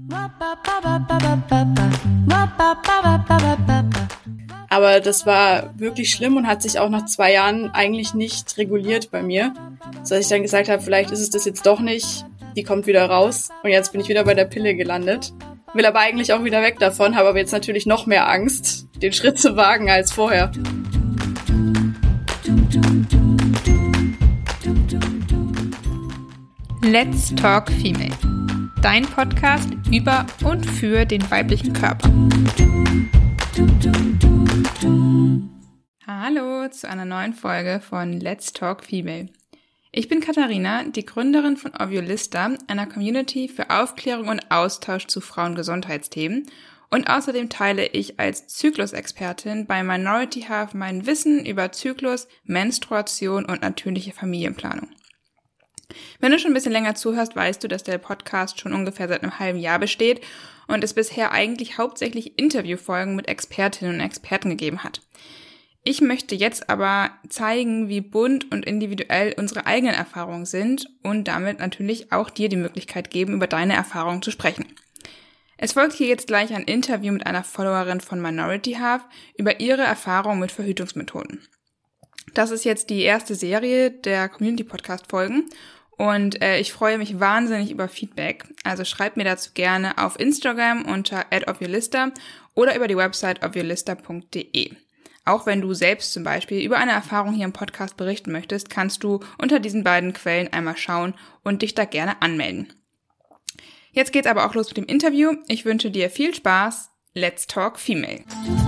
Aber das war wirklich schlimm und hat sich auch nach 2 Jahren eigentlich nicht reguliert bei mir. So dass ich dann gesagt habe, vielleicht ist es das jetzt doch nicht, die kommt wieder raus und jetzt bin ich wieder bei der Pille gelandet. Will aber eigentlich auch wieder weg davon, habe aber jetzt natürlich noch mehr Angst, den Schritt zu wagen als vorher. Let's Talk Female. Dein Podcast über und für den weiblichen Körper. Hallo zu einer neuen Folge von Let's Talk Female. Ich bin Katharina, die Gründerin von Ovulista, einer Community für Aufklärung und Austausch zu Frauengesundheitsthemen. Und außerdem teile ich als Zyklusexpertin bei Minority Half mein Wissen über Zyklus, Menstruation und natürliche Familienplanung. Wenn du schon ein bisschen länger zuhörst, weißt du, dass der Podcast schon ungefähr seit einem halben Jahr besteht und es bisher eigentlich hauptsächlich Interviewfolgen mit Expertinnen und Experten gegeben hat. Ich möchte jetzt aber zeigen, wie bunt und individuell unsere eigenen Erfahrungen sind und damit natürlich auch dir die Möglichkeit geben, über deine Erfahrungen zu sprechen. Es folgt hier jetzt gleich ein Interview mit einer Followerin von Minority Half über ihre Erfahrungen mit Verhütungsmethoden. Das ist jetzt die erste Serie der Community-Podcast-Folgen und ich freue mich wahnsinnig über Feedback. Also schreib mir dazu gerne auf Instagram unter @ovulista oder über die Website ovulista.de. Auch wenn du selbst zum Beispiel über eine Erfahrung hier im Podcast berichten möchtest, kannst du unter diesen beiden Quellen einmal schauen und dich da gerne anmelden. Jetzt geht's aber auch los mit dem Interview. Ich wünsche dir viel Spaß. Let's Talk Female.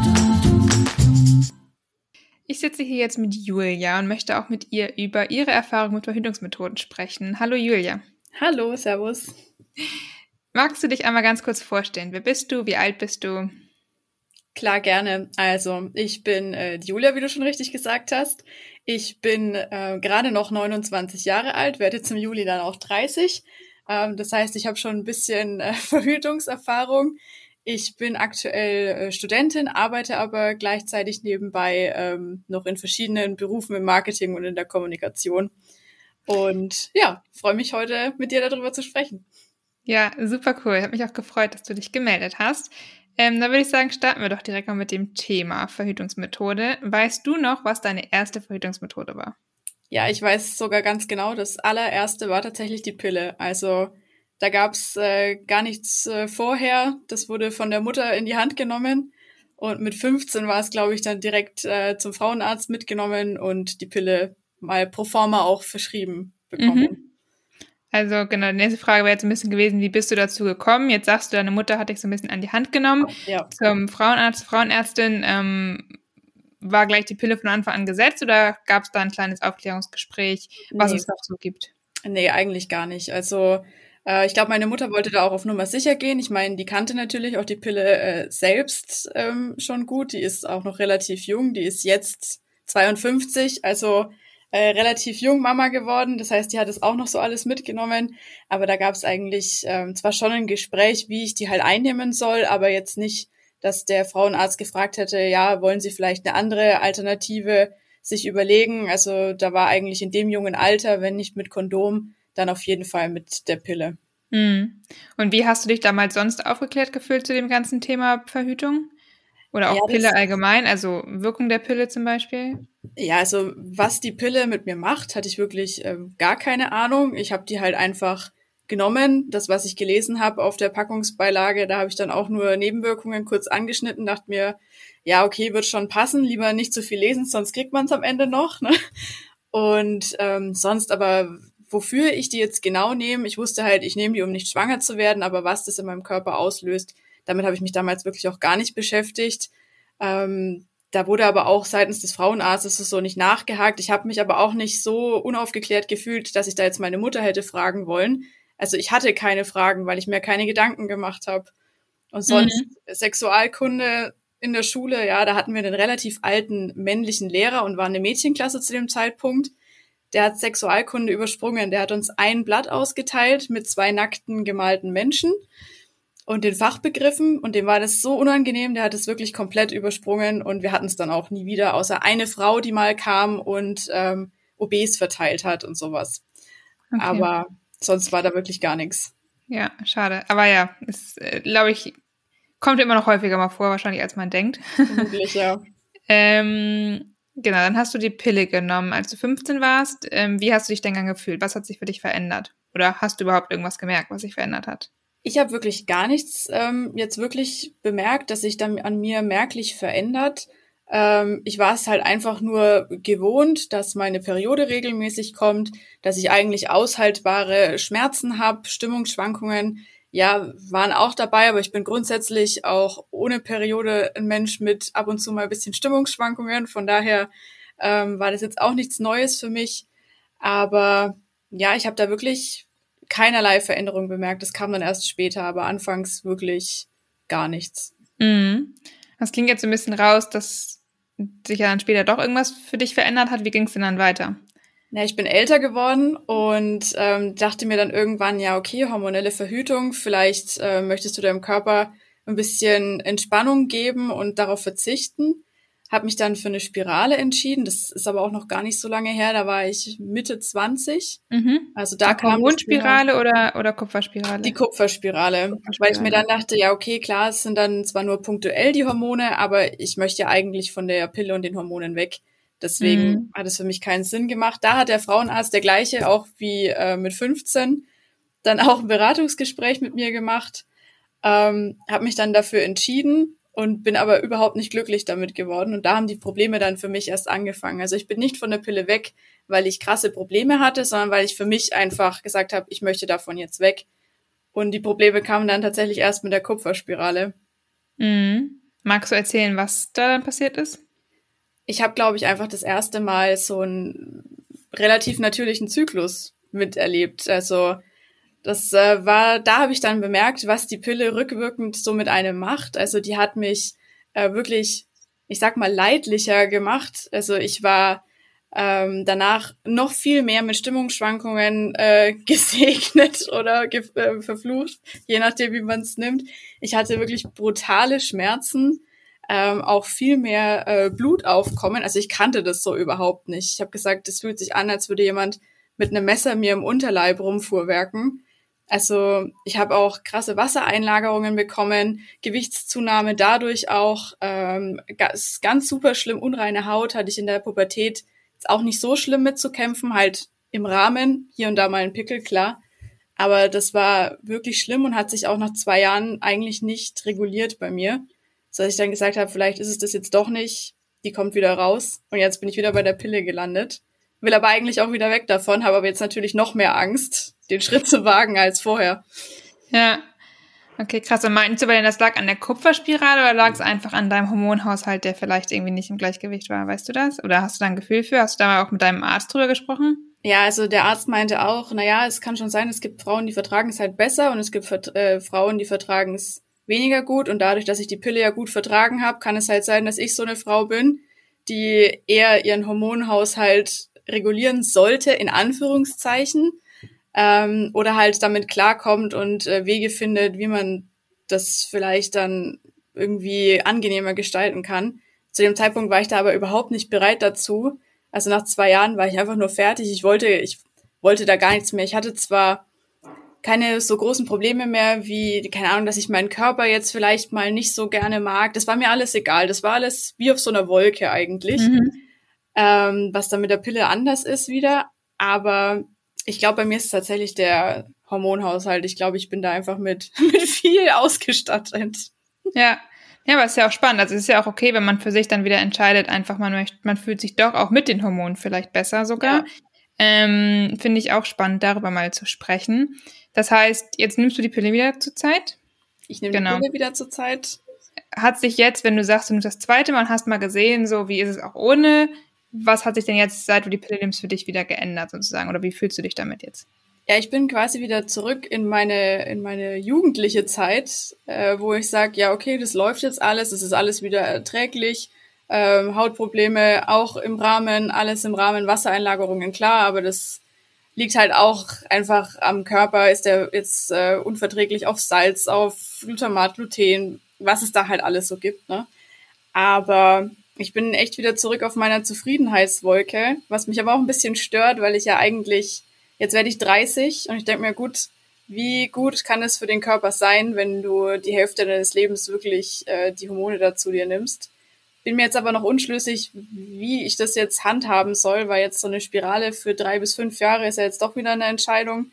Ich sitze hier jetzt mit Julia und möchte auch mit ihr über ihre Erfahrung mit Verhütungsmethoden sprechen. Hallo Julia. Hallo, servus. Magst du dich einmal ganz kurz vorstellen? Wer bist du? Wie alt bist du? Klar, gerne. Also ich bin die Julia, wie du schon richtig gesagt hast. Ich bin gerade noch 29 Jahre alt, werde jetzt im Juli dann auch 30. Das heißt, ich habe schon ein bisschen Verhütungserfahrung. Ich bin aktuell Studentin, arbeite aber gleichzeitig nebenbei noch in verschiedenen Berufen im Marketing und in der Kommunikation. Und ja, freue mich heute mit dir darüber zu sprechen. Ja, super cool. Hat mich auch gefreut, dass du dich gemeldet hast. Dann würde ich sagen, starten wir doch direkt mal mit dem Thema Verhütungsmethode. Weißt du noch, was deine erste Verhütungsmethode war? Ja, ich weiß sogar ganz genau, das allererste war tatsächlich die Pille. Also da gab's gar nichts vorher. Das wurde von der Mutter in die Hand genommen. Und mit 15 war es, glaube ich, dann direkt zum Frauenarzt mitgenommen und die Pille mal pro forma auch verschrieben bekommen. Mhm. Also genau, die nächste Frage wäre jetzt ein bisschen gewesen, wie bist du dazu gekommen? Jetzt sagst du, deine Mutter hat dich so ein bisschen an die Hand genommen. Ja. Zum Frauenarzt, Frauenärztin, war gleich die Pille von Anfang an gesetzt oder gab es da ein kleines Aufklärungsgespräch, was es noch so gibt? Nee, eigentlich gar nicht. Also ich glaube, meine Mutter wollte da auch auf Nummer sicher gehen. Ich meine, die kannte natürlich auch die Pille selbst schon gut. Die ist auch noch relativ jung. Die ist jetzt 52, also relativ jung Mama geworden. Das heißt, die hat es auch noch so alles mitgenommen. Aber da gab es eigentlich zwar schon ein Gespräch, wie ich die halt einnehmen soll, aber jetzt nicht, dass der Frauenarzt gefragt hätte, ja, wollen Sie vielleicht eine andere Alternative sich überlegen? Also da war eigentlich in dem jungen Alter, wenn nicht mit Kondom, dann auf jeden Fall mit der Pille. Und wie hast du dich damals sonst aufgeklärt gefühlt zu dem ganzen Thema Verhütung? Oder auch Pille allgemein, also Wirkung der Pille zum Beispiel? Ja, also was die Pille mit mir macht, hatte ich wirklich gar keine Ahnung. Ich habe die halt einfach genommen. Das, was ich gelesen habe auf der Packungsbeilage, da habe ich dann auch nur Nebenwirkungen kurz angeschnitten, dachte mir, ja, okay, wird schon passen, lieber nicht zu viel lesen, sonst kriegt man es am Ende noch. Ne? Und sonst aber, wofür ich die jetzt genau nehme, ich wusste halt, ich nehme die, um nicht schwanger zu werden, aber was das in meinem Körper auslöst, damit habe ich mich damals wirklich auch gar nicht beschäftigt. Da wurde aber auch seitens des Frauenarztes so nicht nachgehakt. Ich habe mich aber auch nicht so unaufgeklärt gefühlt, dass ich da jetzt meine Mutter hätte fragen wollen. Also ich hatte keine Fragen, weil ich mir keine Gedanken gemacht habe. Und sonst Sexualkunde in der Schule, ja, da hatten wir einen relativ alten männlichen Lehrer und waren eine Mädchenklasse zu dem Zeitpunkt. Der hat Sexualkunde übersprungen. Der hat uns ein Blatt ausgeteilt mit 2 nackten gemalten Menschen und den Fachbegriffen, und dem war das so unangenehm, der hat es wirklich komplett übersprungen und wir hatten es dann auch nie wieder, außer eine Frau, die mal kam und OBs verteilt hat und sowas. Okay. Aber sonst war da wirklich gar nichts. Ja, schade. Aber ja, es, glaube ich, kommt immer noch häufiger mal vor, wahrscheinlich, als man denkt. Vermutlich, ja. Genau, dann hast du die Pille genommen, als du 15 warst. Wie hast du dich denn dann gefühlt? Was hat sich für dich verändert? Oder hast du überhaupt irgendwas gemerkt, was sich verändert hat? Ich habe wirklich gar nichts jetzt wirklich bemerkt, dass sich dann an mir merklich verändert. Ich war es halt einfach nur gewohnt, dass meine Periode regelmäßig kommt, dass ich eigentlich aushaltbare Schmerzen habe, Stimmungsschwankungen, ja, waren auch dabei, aber ich bin grundsätzlich auch ohne Periode ein Mensch mit ab und zu mal ein bisschen Stimmungsschwankungen. Von daher war das jetzt auch nichts Neues für mich. Aber ja, ich habe da wirklich keinerlei Veränderung bemerkt. Das kam dann erst später, aber anfangs wirklich gar nichts. Mhm. Das klingt jetzt so ein bisschen raus, dass sich ja dann später doch irgendwas für dich verändert hat. Wie ging es denn dann weiter? Ja, ich bin älter geworden und dachte mir dann irgendwann, ja, okay, hormonelle Verhütung, vielleicht möchtest du deinem Körper ein bisschen Entspannung geben und darauf verzichten. Habe mich dann für eine Spirale entschieden. Das ist aber auch noch gar nicht so lange her. Da war ich Mitte 20. Mhm. Also da Auch kam das Thema. Hormonspirale oder Die Kupferspirale? Kupferspirale, weil ich mir Kupferspirale. dann dachte, ja, okay, klar, es sind dann zwar nur punktuell die Hormone, aber ich möchte ja eigentlich von der Pille und den Hormonen weg. Deswegen Mhm. hat es für mich keinen Sinn gemacht. Da hat der Frauenarzt, der gleiche, auch wie mit 15, dann auch ein Beratungsgespräch mit mir gemacht, habe mich dann dafür entschieden und bin aber überhaupt nicht glücklich damit geworden. Und da haben die Probleme dann für mich erst angefangen. Also ich bin nicht von der Pille weg, weil ich krasse Probleme hatte, sondern weil ich für mich einfach gesagt habe, ich möchte davon jetzt weg. Und die Probleme kamen dann tatsächlich erst mit der Kupferspirale. Mhm. Magst du erzählen, was da dann passiert ist? Ich habe, glaube ich, einfach das erste Mal so einen relativ natürlichen Zyklus miterlebt. Also da habe ich dann bemerkt, was die Pille rückwirkend so mit einem macht. Also die hat mich wirklich, ich sag mal, leidlicher gemacht. Also ich war danach noch viel mehr mit Stimmungsschwankungen gesegnet oder verflucht, je nachdem, wie man es nimmt. Ich hatte wirklich brutale Schmerzen, auch viel mehr Blut aufkommen. Also ich kannte das so überhaupt nicht. Ich habe gesagt, es fühlt sich an, als würde jemand mit einem Messer mir im Unterleib rumfuhrwerken. Also ich habe auch krasse Wassereinlagerungen bekommen, Gewichtszunahme dadurch auch, ganz super schlimm, unreine Haut hatte ich in der Pubertät. Ist auch nicht so schlimm mitzukämpfen, halt im Rahmen, hier und da mal ein Pickel, klar. Aber das war wirklich schlimm und hat sich auch nach 2 Jahren eigentlich nicht reguliert bei mir. So dass ich dann gesagt habe, vielleicht ist es das jetzt doch nicht, die kommt wieder raus. Und jetzt bin ich wieder bei der Pille gelandet. Will aber eigentlich auch wieder weg davon, habe aber jetzt natürlich noch mehr Angst, den Schritt zu wagen als vorher. Ja. Okay, krass. Und meinst du aber denn, das lag an der Kupferspirale oder lag es einfach an deinem Hormonhaushalt, der vielleicht irgendwie nicht im Gleichgewicht war? Weißt du das? Oder hast du da ein Gefühl für? Hast du da mal auch mit deinem Arzt drüber gesprochen? Ja, also der Arzt meinte auch, naja, es kann schon sein, es gibt Frauen, die vertragen es halt besser und es gibt Frauen, die vertragen es weniger gut. Und dadurch, dass ich die Pille ja gut vertragen habe, kann es halt sein, dass ich so eine Frau bin, die eher ihren Hormonhaushalt regulieren sollte, in Anführungszeichen, oder halt damit klarkommt und Wege findet, wie man das vielleicht dann irgendwie angenehmer gestalten kann. Zu dem Zeitpunkt war ich da aber überhaupt nicht bereit dazu. Also nach 2 Jahren war ich einfach nur fertig. Ich wollte da gar nichts mehr. Ich hatte zwar keine so großen Probleme mehr wie, keine Ahnung, dass ich meinen Körper jetzt vielleicht mal nicht so gerne mag. Das war mir alles egal. Das war alles wie auf so einer Wolke eigentlich, Mhm. was dann mit der Pille anders ist wieder. Aber ich glaube, bei mir ist es tatsächlich der Hormonhaushalt. Ich glaube, ich bin da einfach mit viel ausgestattet. Ja. Ja, aber es ist ja auch spannend. Also es ist ja auch okay, wenn man für sich dann wieder entscheidet, einfach man fühlt sich doch auch mit den Hormonen vielleicht besser sogar. Ja, Finde ich auch spannend, darüber mal zu sprechen. Das heißt, jetzt nimmst du die Pille wieder zur Zeit? ich nehme die Genau. Pille wieder zur Zeit. Hat sich jetzt, wenn du sagst, du nimmst das zweite Mal und hast mal gesehen, so wie ist es auch ohne, was hat sich denn jetzt, seit du die Pille nimmst, für dich wieder geändert sozusagen? Oder wie fühlst du dich damit jetzt? Ja, ich bin quasi wieder zurück in meine jugendliche Zeit, wo ich sage, ja, okay, das läuft jetzt alles, es ist alles wieder erträglich, Hautprobleme auch im Rahmen, alles im Rahmen, Wassereinlagerungen, klar, aber das liegt halt auch einfach am Körper, ist der jetzt unverträglich auf Salz, auf Glutamat, Gluten, was es da halt alles so gibt, ne? Aber ich bin echt wieder zurück auf meiner Zufriedenheitswolke, was mich aber auch ein bisschen stört, weil ich ja eigentlich, jetzt werde ich 30 und ich denke mir, gut, wie gut kann es für den Körper sein, wenn du die Hälfte deines Lebens wirklich die Hormone dazu dir nimmst. Bin mir jetzt aber noch unschlüssig, wie ich das jetzt handhaben soll, weil jetzt so eine Spirale für 3 bis 5 Jahre ist ja jetzt doch wieder eine Entscheidung.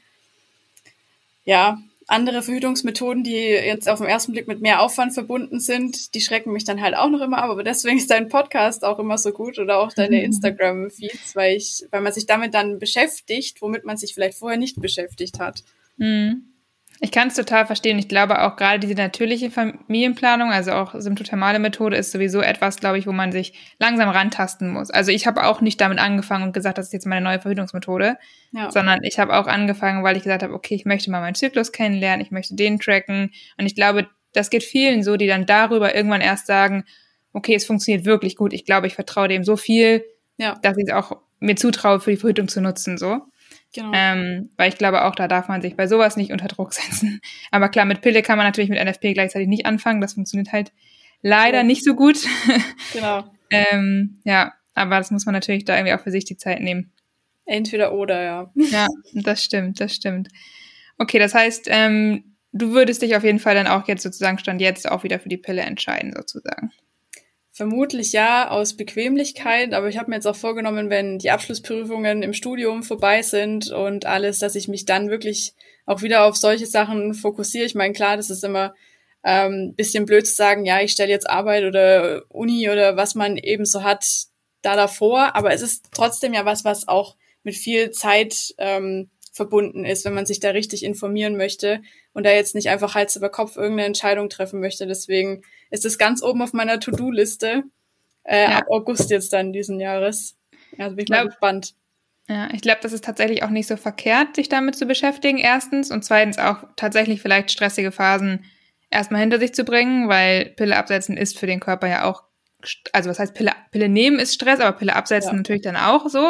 Ja, andere Verhütungsmethoden, die jetzt auf den ersten Blick mit mehr Aufwand verbunden sind, die schrecken mich dann halt auch noch immer ab. Aber deswegen ist dein Podcast auch immer so gut oder auch deine Instagram-Feeds, weil man sich damit dann beschäftigt, womit man sich vielleicht vorher nicht beschäftigt hat. Ich kann es total verstehen. Ich glaube auch gerade diese natürliche Familienplanung, also auch symptothermale Methode, ist sowieso etwas, glaube ich, wo man sich langsam rantasten muss. Also ich habe auch nicht damit angefangen und gesagt, das ist jetzt meine neue Verhütungsmethode, sondern ich habe auch angefangen, weil ich gesagt habe, okay, ich möchte mal meinen Zyklus kennenlernen, ich möchte den tracken. Und ich glaube, das geht vielen so, die dann darüber irgendwann erst sagen, okay, es funktioniert wirklich gut. Ich glaube, ich vertraue dem so viel, dass ich es auch mir zutraue, für die Verhütung zu nutzen, so. Genau. Weil ich glaube auch, da darf man sich bei sowas nicht unter Druck setzen. Aber klar, mit Pille kann man natürlich mit NFP gleichzeitig nicht anfangen. Das funktioniert halt leider nicht so gut. Genau. Ja, aber das muss man natürlich da irgendwie auch für sich die Zeit nehmen. Entweder oder, ja. Ja, das stimmt. Okay, das heißt, du würdest dich auf jeden Fall dann auch jetzt sozusagen Stand jetzt auch wieder für die Pille entscheiden, sozusagen. Vermutlich ja, aus Bequemlichkeit, aber ich habe mir jetzt auch vorgenommen, wenn die Abschlussprüfungen im Studium vorbei sind und alles, dass ich mich dann wirklich auch wieder auf solche Sachen fokussiere. Ich meine, klar, das ist immer bisschen blöd zu sagen, ja, ich stelle jetzt Arbeit oder Uni oder was man eben so hat, da davor, aber es ist trotzdem ja was auch mit viel Zeit verbunden ist, wenn man sich da richtig informieren möchte und da jetzt nicht einfach Hals über Kopf irgendeine Entscheidung treffen möchte. Deswegen ist es ganz oben auf meiner To-Do-Liste ab August jetzt dann diesen Jahres. Also bin ich mal gespannt. Ja, ich glaube, das ist tatsächlich auch nicht so verkehrt, sich damit zu beschäftigen, erstens. Und zweitens auch tatsächlich vielleicht stressige Phasen erstmal hinter sich zu bringen, weil Pille absetzen ist für den Körper ja auch, also was heißt Pille nehmen ist Stress, aber Pille absetzen natürlich dann auch so.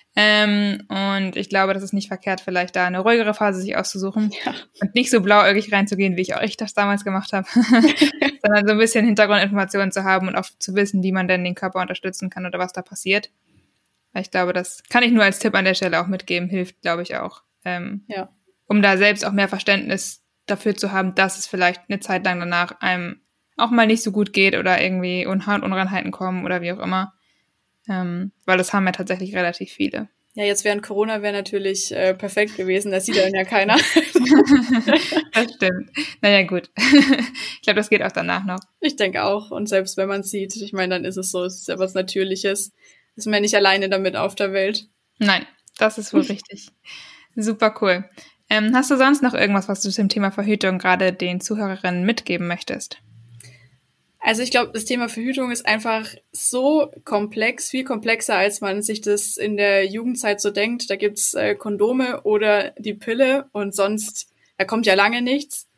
Und ich glaube, das ist nicht verkehrt, vielleicht da eine ruhigere Phase sich auszusuchen und nicht so blauäugig reinzugehen, wie ich das damals gemacht habe, sondern so ein bisschen Hintergrundinformationen zu haben und auch zu wissen, wie man denn den Körper unterstützen kann oder was da passiert. Weil ich glaube, das kann ich nur als Tipp an der Stelle auch mitgeben, hilft, glaube ich, auch, um da selbst auch mehr Verständnis dafür zu haben, dass es vielleicht eine Zeit lang danach einem auch mal nicht so gut geht oder irgendwie Unreinheiten kommen oder wie auch immer. Weil das haben ja tatsächlich relativ viele. Ja, jetzt während Corona wäre natürlich perfekt gewesen, das sieht dann ja keiner. Das stimmt. Naja, gut. Ich glaube, das geht auch danach noch. Ich denke auch. Und selbst wenn man es sieht, ich meine, dann ist es so, es ist ja was Natürliches. Ist man ja nicht alleine damit auf der Welt. Nein, das ist wohl richtig. Super cool. Hast du sonst noch irgendwas, was du zum Thema Verhütung gerade den Zuhörerinnen mitgeben möchtest? Also ich glaube, das Thema Verhütung ist einfach so komplex, viel komplexer, als man sich das in der Jugendzeit so denkt. Da gibt's Kondome oder die Pille und sonst, da kommt ja lange nichts.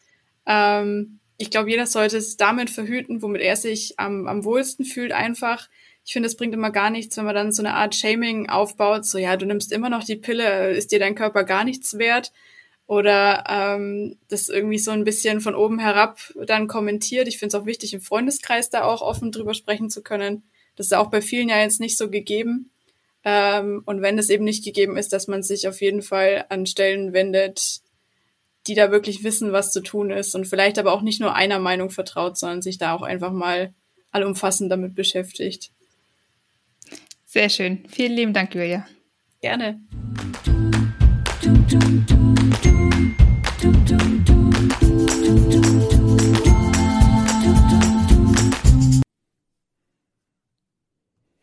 Ich glaube, jeder sollte es damit verhüten, womit er sich am wohlsten fühlt einfach. Ich finde, es bringt immer gar nichts, wenn man dann so eine Art Shaming aufbaut, so ja, du nimmst immer noch die Pille, ist dir dein Körper gar nichts wert? Oder das irgendwie so ein bisschen von oben herab dann kommentiert. Ich finde es auch wichtig, im Freundeskreis da auch offen drüber sprechen zu können. Das ist ja auch bei vielen ja jetzt nicht so gegeben. Und wenn es eben nicht gegeben ist, dass man sich auf jeden Fall an Stellen wendet, die da wirklich wissen, was zu tun ist und vielleicht aber auch nicht nur einer Meinung vertraut, sondern sich da auch einfach mal allumfassend damit beschäftigt. Sehr schön. Vielen lieben Dank, Julia. Gerne.